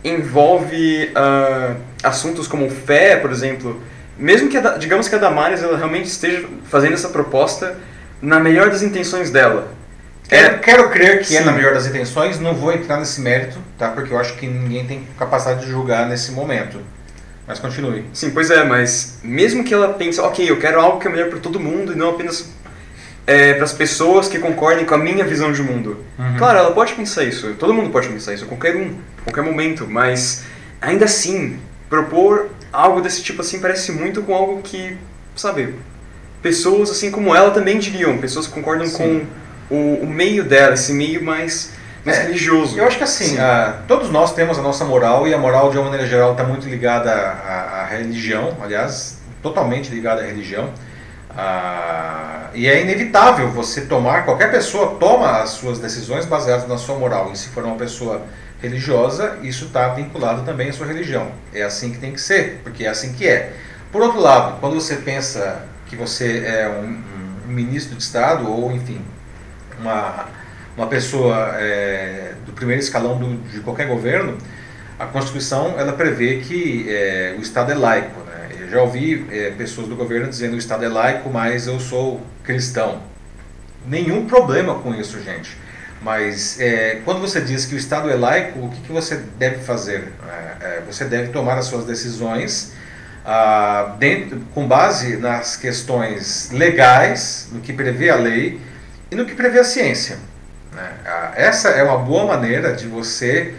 envolve uh, assuntos como fé, por exemplo. Mesmo que, a, digamos que a Damares ela realmente esteja fazendo essa proposta na melhor das intenções dela. Quero, é, quero crer que sim. é na melhor das intenções, não vou entrar nesse mérito, tá? Porque eu acho que ninguém tem capacidade de julgar nesse momento. Mas continue. Sim, pois é, mas mesmo que ela pense, ok, eu quero algo que é melhor para todo mundo e não apenas é, para as pessoas que concordem com a minha visão de mundo. Uhum. Claro, ela pode pensar isso, todo mundo pode pensar isso, qualquer um, qualquer momento, mas ainda assim, propor algo desse tipo assim parece muito com algo que, sabe, pessoas assim como ela também diriam, pessoas que concordam Sim. com o, o meio dela, esse meio mais, mais É, religioso. Eu acho que assim, a, todos nós temos a nossa moral, e a moral de uma maneira geral está muito ligada à, à religião, aliás, totalmente ligada à religião. Ah, e é inevitável você tomar, qualquer pessoa toma as suas decisões baseadas na sua moral. E se for uma pessoa religiosa, isso está vinculado também à sua religião. É assim que tem que ser, porque é assim que é. Por outro lado, quando você pensa que você é um, um ministro de Estado, ou enfim, uma, uma pessoa é, do primeiro escalão do, de qualquer governo, a Constituição ela prevê que é, o Estado é laico. Né? Eu já ouvi é, pessoas do governo dizendo que o Estado é laico, mas eu sou cristão. Nenhum problema com isso, gente. Mas é, quando você diz que o Estado é laico, o que, que você deve fazer? É, é, você deve tomar as suas decisões ah, dentro, com base nas questões legais, no que prevê a lei e no que prevê a ciência. Né? Ah, essa é uma boa maneira de você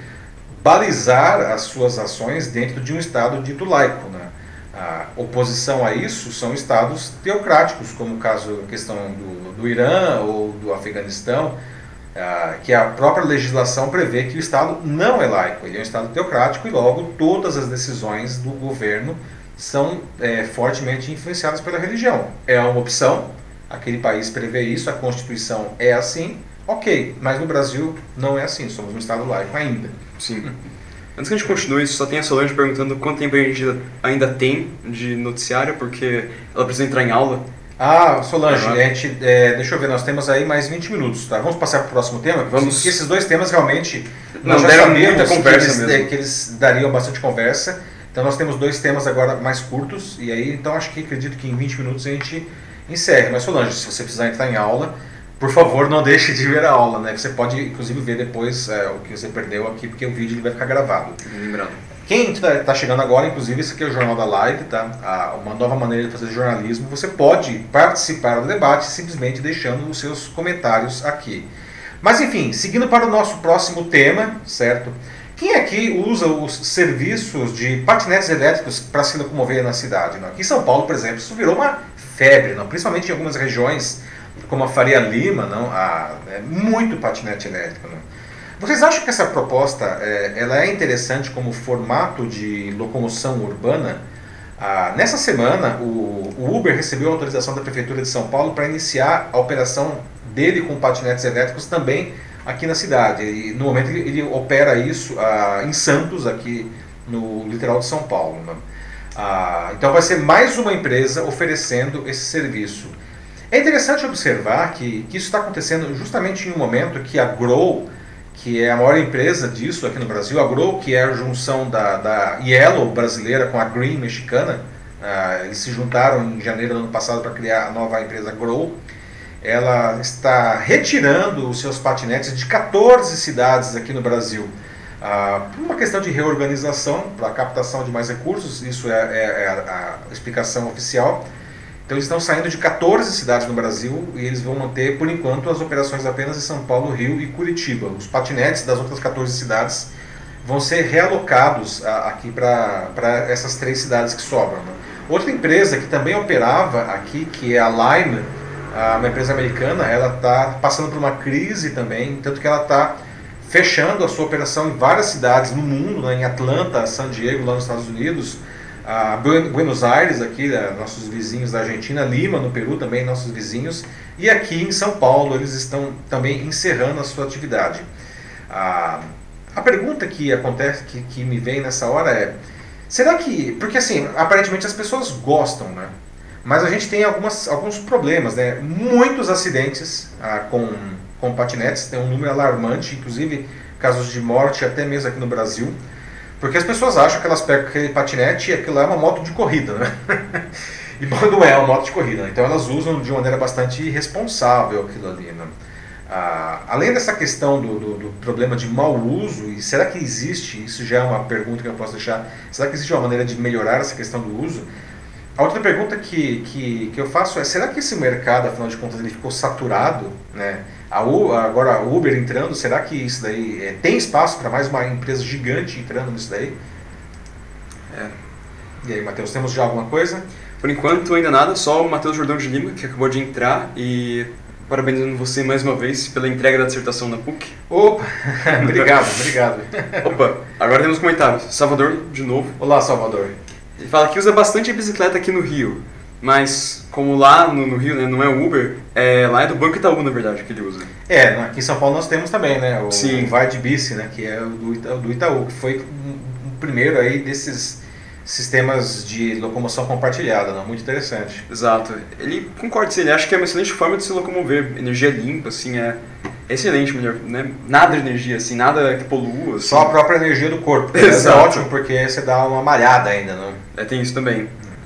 balizar as suas ações dentro de um Estado dito laico. Né? A oposição a isso são estados teocráticos, como o caso, a questão do, do Irã ou do Afeganistão, ah, que a própria legislação prevê que o Estado não é laico, ele é um Estado teocrático e logo todas as decisões do governo são é, fortemente influenciadas pela religião. É uma opção, aquele país prevê isso, a Constituição é assim, ok, mas no Brasil não é assim, somos um Estado laico ainda. Sim. Antes que a gente continue, só tem a Solange perguntando quanto tempo a gente ainda tem de noticiário, porque ela precisa entrar em aula. Ah, Solange, Uhum. a gente, é, deixa eu ver, nós temos aí mais vinte minutos, tá? Vamos passar para o próximo tema? Vamos. Porque esses dois temas realmente Não nós já deram sabíamos muita conversa que, eles, mesmo. que eles dariam bastante conversa. Então nós temos dois temas agora mais curtos, e aí então acho que acredito que em vinte minutos a gente encerre. Mas Solange, se você precisar entrar em aula, por favor, não deixe de ver a aula, né? Você pode inclusive ver depois é, o que você perdeu aqui, porque o vídeo ele vai ficar gravado. Lembrando. Quem está chegando agora, inclusive, esse aqui é o Jornal da Live, tá? Ah, uma nova maneira de fazer jornalismo. Você pode participar do debate simplesmente deixando os seus comentários aqui. Mas enfim, seguindo para o nosso próximo tema, certo? Quem aqui usa os serviços de patinetes elétricos para se locomover na cidade? Não? Aqui em São Paulo, por exemplo, isso virou uma febre, não? Principalmente em algumas regiões, como a Faria Lima, não? Ah, é muito patinete elétrico. Não? Vocês acham que essa proposta é, ela é interessante como formato de locomoção urbana? Ah, nessa semana, o, o Uber recebeu a autorização da Prefeitura de São Paulo para iniciar a operação dele com patinetes elétricos também aqui na cidade. E, no momento ele, ele opera isso ah, em Santos, aqui no litoral de São Paulo. Né? Ah, então vai ser mais uma empresa oferecendo esse serviço. É interessante observar que, que isso está acontecendo justamente em um momento que a Grow, que é a maior empresa disso aqui no Brasil, a Grow, que é a junção da, da Yellow brasileira com a Green mexicana, ah, eles se juntaram em janeiro do ano passado para criar a nova empresa Grow. Ela está retirando os seus patinetes de quatorze cidades aqui no Brasil, ah, por uma questão de reorganização, para a captação de mais recursos, isso é, é, é a, a explicação oficial. Então eles estão saindo de quatorze cidades no Brasil e eles vão manter, por enquanto, as operações apenas em São Paulo, Rio e Curitiba. Os patinetes das outras quatorze cidades vão ser realocados a, aqui para essas três cidades que sobram. Né? Outra empresa que também operava aqui, que é a Lime, uma empresa americana, ela está passando por uma crise também, tanto que ela está fechando a sua operação em várias cidades no mundo, né? Em Atlanta, San Diego, lá nos Estados Unidos, a Buenos Aires, aqui, nossos vizinhos da Argentina, Lima, no Peru, também nossos vizinhos, e aqui em São Paulo eles estão também encerrando a sua atividade. A, a pergunta que acontece, que, que me vem nessa hora é, será que, porque assim, aparentemente as pessoas gostam, né? Mas a gente tem algumas, alguns problemas, né? Muitos acidentes ah, com, com patinetes, tem um número alarmante, inclusive casos de morte até mesmo aqui no Brasil. Porque as pessoas acham que elas pegam aquele patinete e aquilo lá é uma moto de corrida, né? E não é uma moto de corrida, né? Então elas usam de uma maneira bastante irresponsável aquilo ali, né? Ah, além dessa questão do, do, do problema de mau uso, e será que existe, isso já é uma pergunta que eu posso deixar, será que existe uma maneira de melhorar essa questão do uso? A outra pergunta que, que, que eu faço é, será que esse mercado, afinal de contas, ele ficou saturado, né? A U, agora a Uber entrando, será que isso daí é, tem espaço para mais uma empresa gigante entrando nisso daí? É. E aí, Matheus, temos já alguma coisa? Por enquanto ainda nada, só o Matheus Jordão de Lima, que acabou de entrar e parabenizando você mais uma vez pela entrega da dissertação na P U C. Opa, obrigado, obrigado. Opa, agora temos comentários. Salvador, de novo. Olá, Salvador. Ele fala que usa bastante a bicicleta aqui no Rio, mas como lá no, no Rio, né, não é o Uber, é, lá é do Banco Itaú, na verdade, que ele usa. É, aqui em São Paulo nós temos também, né, o, Sim. o Vai de Bici, né, que é o do Itaú, do Itaú que foi o primeiro aí desses sistemas de locomoção compartilhada, não? Muito interessante. Exato. Ele concorda, ele acha que é uma excelente forma de se locomover, energia limpa, assim, é excelente, melhor, né? Nada de energia, assim, nada que polua. Assim. Só a própria energia do corpo. Isso é ótimo porque você dá uma malhada ainda, não? É, tem isso também.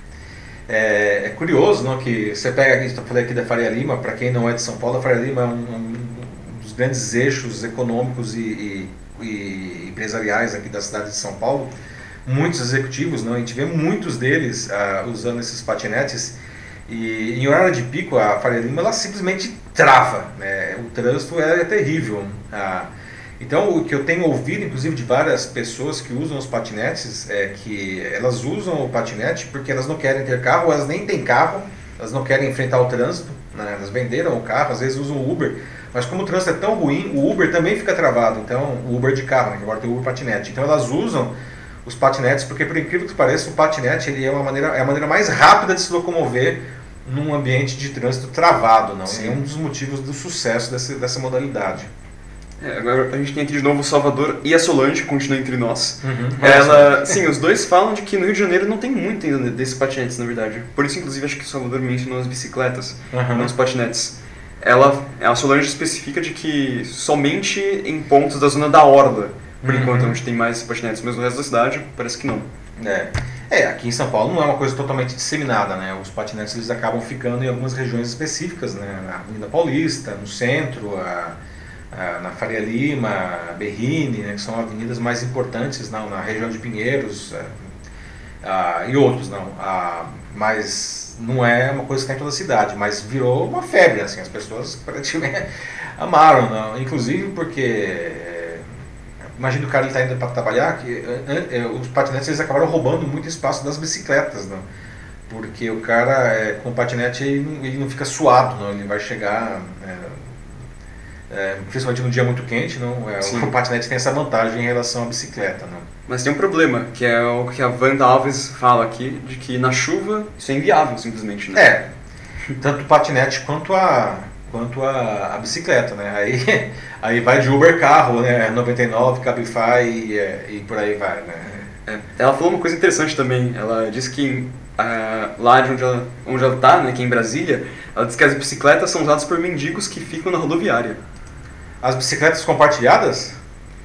É, é curioso, não, que você pega aqui, eu falei aqui da Faria Lima, para quem não é de São Paulo, a Faria Lima é um, um dos grandes eixos econômicos e, e, e empresariais aqui da cidade de São Paulo. Muitos executivos, não, a gente vê muitos deles uh, usando esses patinetes e em horário de pico a Faria Lima ela simplesmente trava, né? O trânsito é, é terrível. Uh, então o que eu tenho ouvido inclusive de várias pessoas que usam os patinetes é que elas usam o patinete porque elas não querem ter carro, elas nem têm carro, elas não querem enfrentar o trânsito, né? Elas venderam o carro, às vezes usam o Uber, mas como o trânsito é tão ruim, o Uber também fica travado, então o Uber de carro, né? Agora tem o Uber patinete, então elas usam os patinetes, porque por incrível que pareça, o patinete ele é, uma maneira, é a maneira mais rápida de se locomover num ambiente de trânsito travado, não? É um dos motivos do sucesso dessa, dessa modalidade. É, agora a gente tem aqui de novo o Salvador e a Solange, continua entre nós. Uhum, Ela, sim, os dois falam de que no Rio de Janeiro não tem muito ainda desses patinetes, na verdade. Por isso, inclusive, acho que o Salvador mencionou as bicicletas, uhum. não os patinetes. Ela, a Solange especifica de que somente em pontos da zona da Orla, por enquanto, uhum. onde tem mais patinetes, mas no resto da cidade parece que não. É. é, aqui em São Paulo não é uma coisa totalmente disseminada, né? Os patinetes eles acabam ficando em algumas regiões específicas, né? Na Avenida Paulista, no centro, a, a, na Faria Lima, a Berrini, né? Que são avenidas mais importantes não? Na região de Pinheiros a, a, e outros, não. A, mas não é uma coisa que está em toda a cidade, mas virou uma febre, assim, as pessoas praticamente amaram, não? Inclusive porque... Imagina o cara está indo para trabalhar, que é, é, os patinetes eles acabaram roubando muito espaço das bicicletas, não? Porque o cara é, com o patinete ele não, ele não fica suado, não? Ele vai chegar, é, é, principalmente no dia muito quente, não? É, o patinete tem essa vantagem em relação à bicicleta, não? Mas tem um problema, que é o que a Wanda Alves fala aqui, de que na chuva isso é inviável simplesmente, né? É, tanto o patinete quanto a... quanto a, a bicicleta, né? Aí, aí vai de Uber carro, né? noventa e nove, Cabify e, e por aí vai, né? É. Ela falou uma coisa interessante também. Ela disse que uh, lá de onde ela, onde ela tá, né, que é em Brasília, ela disse que as bicicletas são usadas por mendigos que ficam na rodoviária. As bicicletas compartilhadas?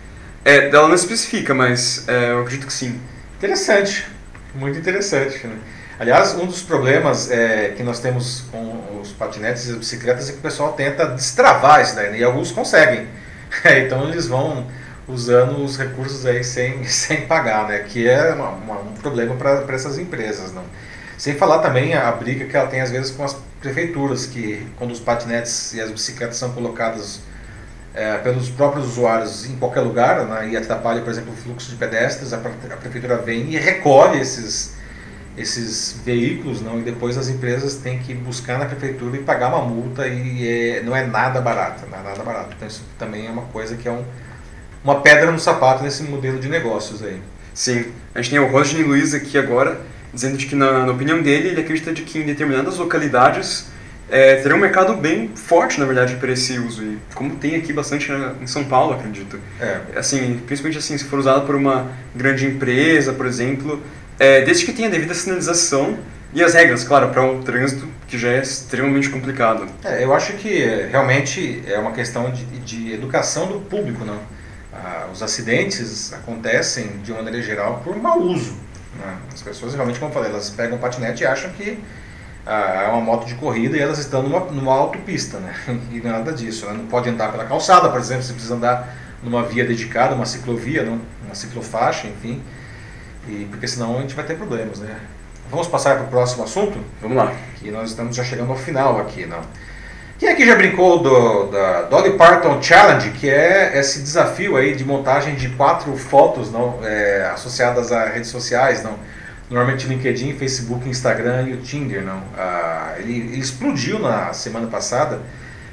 É, ela não especifica, mas é, eu acredito que sim. Interessante, muito interessante, né? Aliás, um dos problemas é, que nós temos com os patinetes e as bicicletas é que o pessoal tenta destravar isso daí, né? E alguns conseguem. Então eles vão usando os recursos aí sem, sem pagar, né? Que é uma, uma, um problema para essas empresas, não? Sem falar também a, a briga que ela tem às vezes com as prefeituras, que quando os patinetes e as bicicletas são colocadas é, pelos próprios usuários em qualquer lugar, né? E atrapalha, por exemplo, o fluxo de pedestres, a, a prefeitura vem e recolhe esses... esses veículos, não, e depois as empresas têm que buscar na prefeitura e pagar uma multa e é, não é nada barato, não é nada barato. Então isso também é uma coisa que é um, uma pedra no sapato nesse modelo de negócios aí. Sim, a gente tem o Rodney Luiz aqui agora, dizendo de que na, na opinião dele, ele acredita de que em determinadas localidades é, terá um mercado bem forte, na verdade, para esse uso, e como tem aqui bastante em São Paulo, acredito. É. Assim, principalmente assim, se for usado por uma grande empresa, por exemplo, É, desde que tenha a devida sinalização e as regras, claro, para um trânsito que já é extremamente complicado. É, eu acho que realmente é uma questão de, de educação do público, não? Ah, os acidentes acontecem de uma maneira geral por mau uso, né? As pessoas realmente, como eu falei, elas pegam um patinete e acham que ah, é uma moto de corrida e elas estão numa, numa autopista, né? E nada disso, né? Não pode andar pela calçada, por exemplo, você precisa andar numa via dedicada, uma ciclovia, não? Uma ciclofaixa, enfim. E, porque senão a gente vai ter problemas, né? Vamos passar para o próximo assunto? Vamos lá. Que nós estamos já chegando ao final aqui, não? Quem aqui já brincou do, da Dolly Parton Challenge, que é esse desafio aí de montagem de quatro fotos não, é, associadas a redes sociais, não? Normalmente LinkedIn, Facebook, Instagram e o Tinder, não? Ah, ele, ele explodiu na semana passada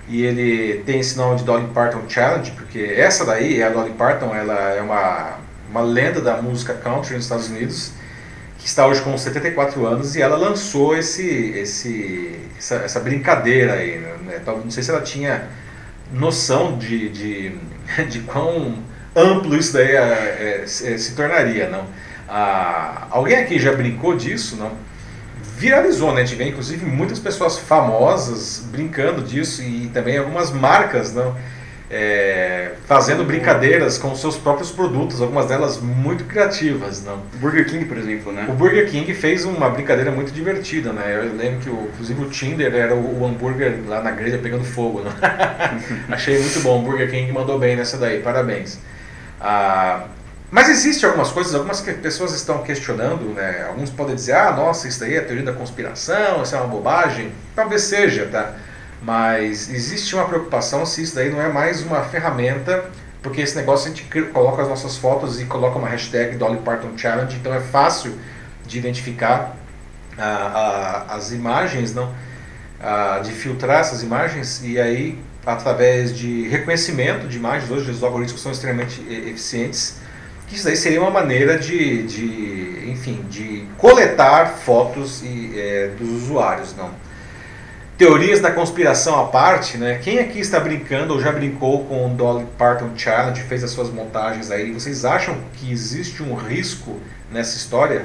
e ele tem esse nome de Dolly Parton Challenge, porque essa daí, a Dolly Parton, ela é uma, uma lenda da música country nos Estados Unidos, que está hoje com setenta e quatro anos, e ela lançou esse, esse, essa, essa brincadeira aí, né? Não sei se ela tinha noção de, de, de quão amplo isso daí é, é, se tornaria, não? Ah, alguém aqui já brincou disso, não? Viralizou, né? A gente vê inclusive muitas pessoas famosas brincando disso e também algumas marcas, não? É, fazendo brincadeiras com seus próprios produtos, algumas delas muito criativas, não? O Burger King, por exemplo, né? O Burger King fez uma brincadeira muito divertida, né? Eu lembro que, o, inclusive, o Tinder era o, o hambúrguer lá na grelha pegando fogo, né? Achei muito bom, o Burger King mandou bem nessa daí, parabéns. Ah, mas existem algumas coisas, algumas que pessoas estão questionando, né? Alguns podem dizer, ah, nossa, isso daí é teoria da conspiração, isso é uma bobagem. Talvez seja, tá? Mas existe uma preocupação se isso daí não é mais uma ferramenta, porque esse negócio a gente coloca as nossas fotos e coloca uma hashtag Dolly Parton Challenge, então é fácil de identificar ah, ah, as imagens, não? Ah, de filtrar essas imagens, e aí através de reconhecimento de imagens, hoje os algoritmos são extremamente eficientes, que isso daí seria uma maneira de, de enfim, de coletar fotos e, é, dos usuários, não? Teorias da conspiração à parte, né? Quem aqui está brincando ou já brincou com o Dolly Parton Challenge, fez as suas montagens aí? Vocês acham que existe um risco nessa história?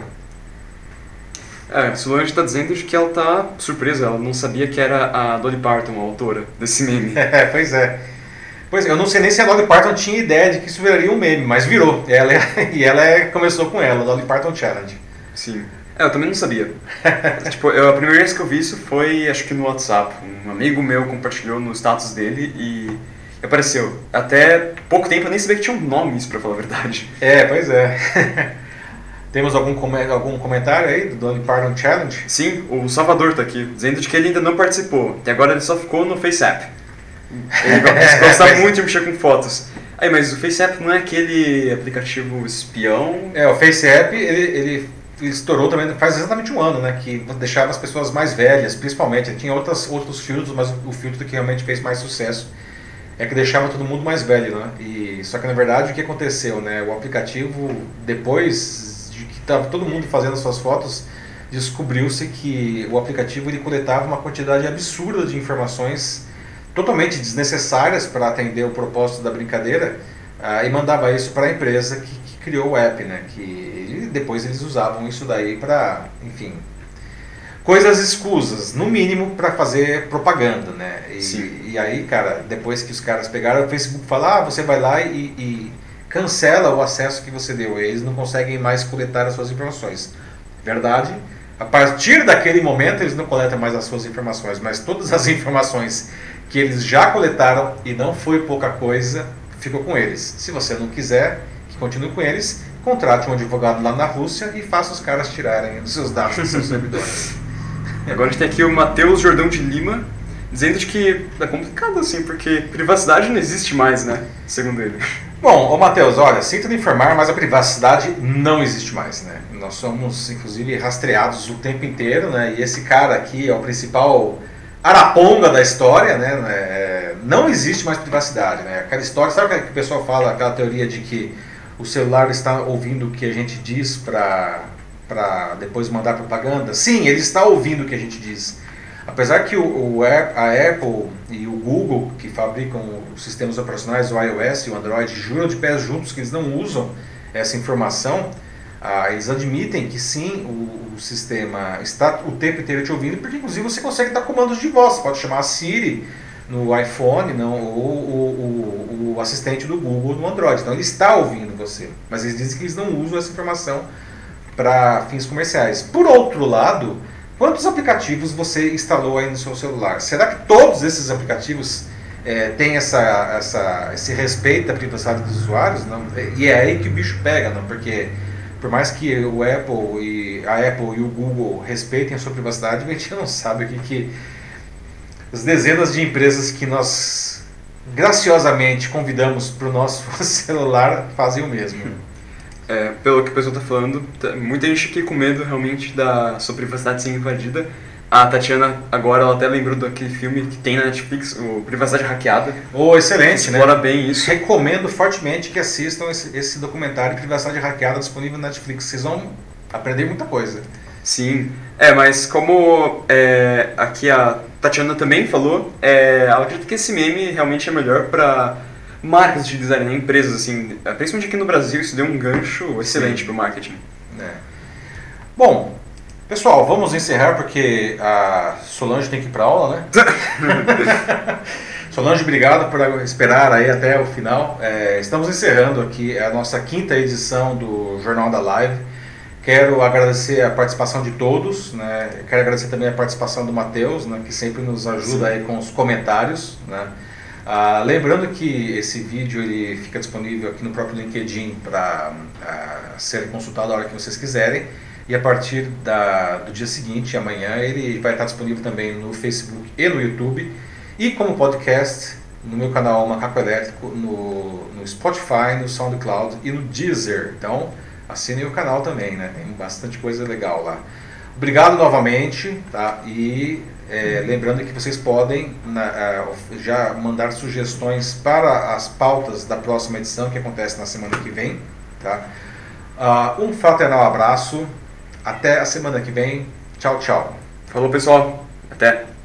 É, a Solange está dizendo de que ela está surpresa, ela não sabia que era a Dolly Parton, a autora desse meme. É, pois é. Pois é, eu não sei nem se a Dolly Parton tinha ideia de que isso viraria um meme, mas virou. Ela é, e ela é, começou com ela, a Dolly Parton Challenge. Sim. É, eu também não sabia. Tipo, eu, a primeira vez que eu vi isso foi, acho que no WhatsApp. Um amigo meu compartilhou no status dele e apareceu. Até pouco tempo eu nem sabia que tinha um nome isso, pra falar a verdade. É, pois é. Temos algum, algum comentário aí do Dolly Parton Challenge? Sim, o Salvador tá aqui, dizendo de que ele ainda não participou. Até agora ele só ficou no FaceApp. Ele gosta é, muito de mexer com fotos. Aí, mas o FaceApp não é aquele aplicativo espião? É, o FaceApp, ele... ele... estourou também faz exatamente um ano, né? Que deixava as pessoas mais velhas, principalmente. Tinha outras, outros filtros, mas o filtro que realmente fez mais sucesso é que deixava todo mundo mais velho, né? E, só que na verdade o que aconteceu, né? O aplicativo, depois de que estava todo mundo fazendo as suas fotos, descobriu-se que o aplicativo ele coletava uma quantidade absurda de informações totalmente desnecessárias para atender o propósito da brincadeira, ah, e mandava isso para a empresa que, que criou o app, né? Que depois eles usavam isso daí para, enfim, coisas escusas, no mínimo para fazer propaganda, né? E, e aí, cara, depois que os caras pegaram, o Facebook fala, ah, você vai lá e, e cancela o acesso que você deu, eles não conseguem mais coletar as suas informações. Verdade, a partir daquele momento eles não coletam mais as suas informações, mas todas as informações que eles já coletaram, e não foi pouca coisa, ficou com eles. Se você não quiser que continue com eles, contrate um advogado lá na Rússia e faça os caras tirarem os seus dados dos seus servidores. Agora a gente tem aqui o Matheus Jordão de Lima, dizendo de que é complicado assim, porque privacidade não existe mais, né? Segundo ele. Bom, ô Matheus, olha, sinto lhe informar, mas a privacidade não existe mais, né? Nós somos, inclusive, rastreados o tempo inteiro, né? E esse cara aqui é o principal araponga da história, né? É, não existe mais privacidade, né? Aquela história, sabe o que o pessoal fala, aquela teoria de que o celular está ouvindo o que a gente diz para para depois mandar propaganda? Sim, ele está ouvindo o que a gente diz. Apesar que o, o, a Apple e o Google, que fabricam os sistemas operacionais, o iOS e o Android, juram de pés juntos que eles não usam essa informação, ah, eles admitem que sim, o, o sistema está o tempo inteiro te ouvindo, porque inclusive você consegue dar comandos de voz, você pode chamar a Siri no iPhone, não, ou, ou, ou o assistente do Google no Android, então ele está ouvindo você, mas eles dizem que eles não usam essa informação para fins comerciais. Por outro lado, quantos aplicativos você instalou aí no seu celular? Será que todos esses aplicativos é, têm essa, essa, esse respeito à privacidade dos usuários? Não? E é aí que o bicho pega, não? Porque por mais que o Apple e, a Apple e o Google respeitem a sua privacidade, a gente não sabe o que, que as dezenas de empresas que nós graciosamente convidamos para o nosso celular fazem o mesmo. É, pelo que o pessoal está falando, tá, muita gente aqui com medo realmente da sua privacidade ser invadida, A Tatiana agora ela até lembrou daquele filme que tem na Netflix, o Privacidade Hackeada. Oh, excelente, né? Explora bem isso. Recomendo fortemente que assistam esse, esse documentário Privacidade Hackeada disponível na Netflix. Vocês vão aprender muita coisa. Sim, é, mas como é, aqui a Tatiana também falou, é, ela acredita que esse meme realmente é melhor para marcas utilizarem, né, empresas, assim, principalmente aqui no Brasil, isso deu um gancho excelente para o marketing. É. Bom, pessoal, vamos encerrar porque a Solange tem que ir para aula, né? Solange, obrigado por esperar aí até o final. É, estamos encerrando aqui a nossa quinta edição do Jornal da Live. Quero agradecer a participação de todos, né? Quero agradecer também a participação do Matheus, né, que sempre nos ajuda aí com os comentários, né? Ah, lembrando que esse vídeo ele fica disponível aqui no próprio LinkedIn para ah, ser consultado a hora que vocês quiserem. E a partir da, do dia seguinte, amanhã, ele vai estar disponível também no Facebook e no YouTube. E como podcast no meu canal Macaco Elétrico, no, no Spotify, no SoundCloud e no Deezer. Então, assinem o canal também, né? Tem bastante coisa legal lá. Obrigado novamente, tá? E é, lembrando que vocês podem na, uh, já mandar sugestões para as pautas da próxima edição, que acontece na semana que vem, tá? Uh, um fraternal abraço. Até a semana que vem. Tchau, tchau. Falou, pessoal. Até.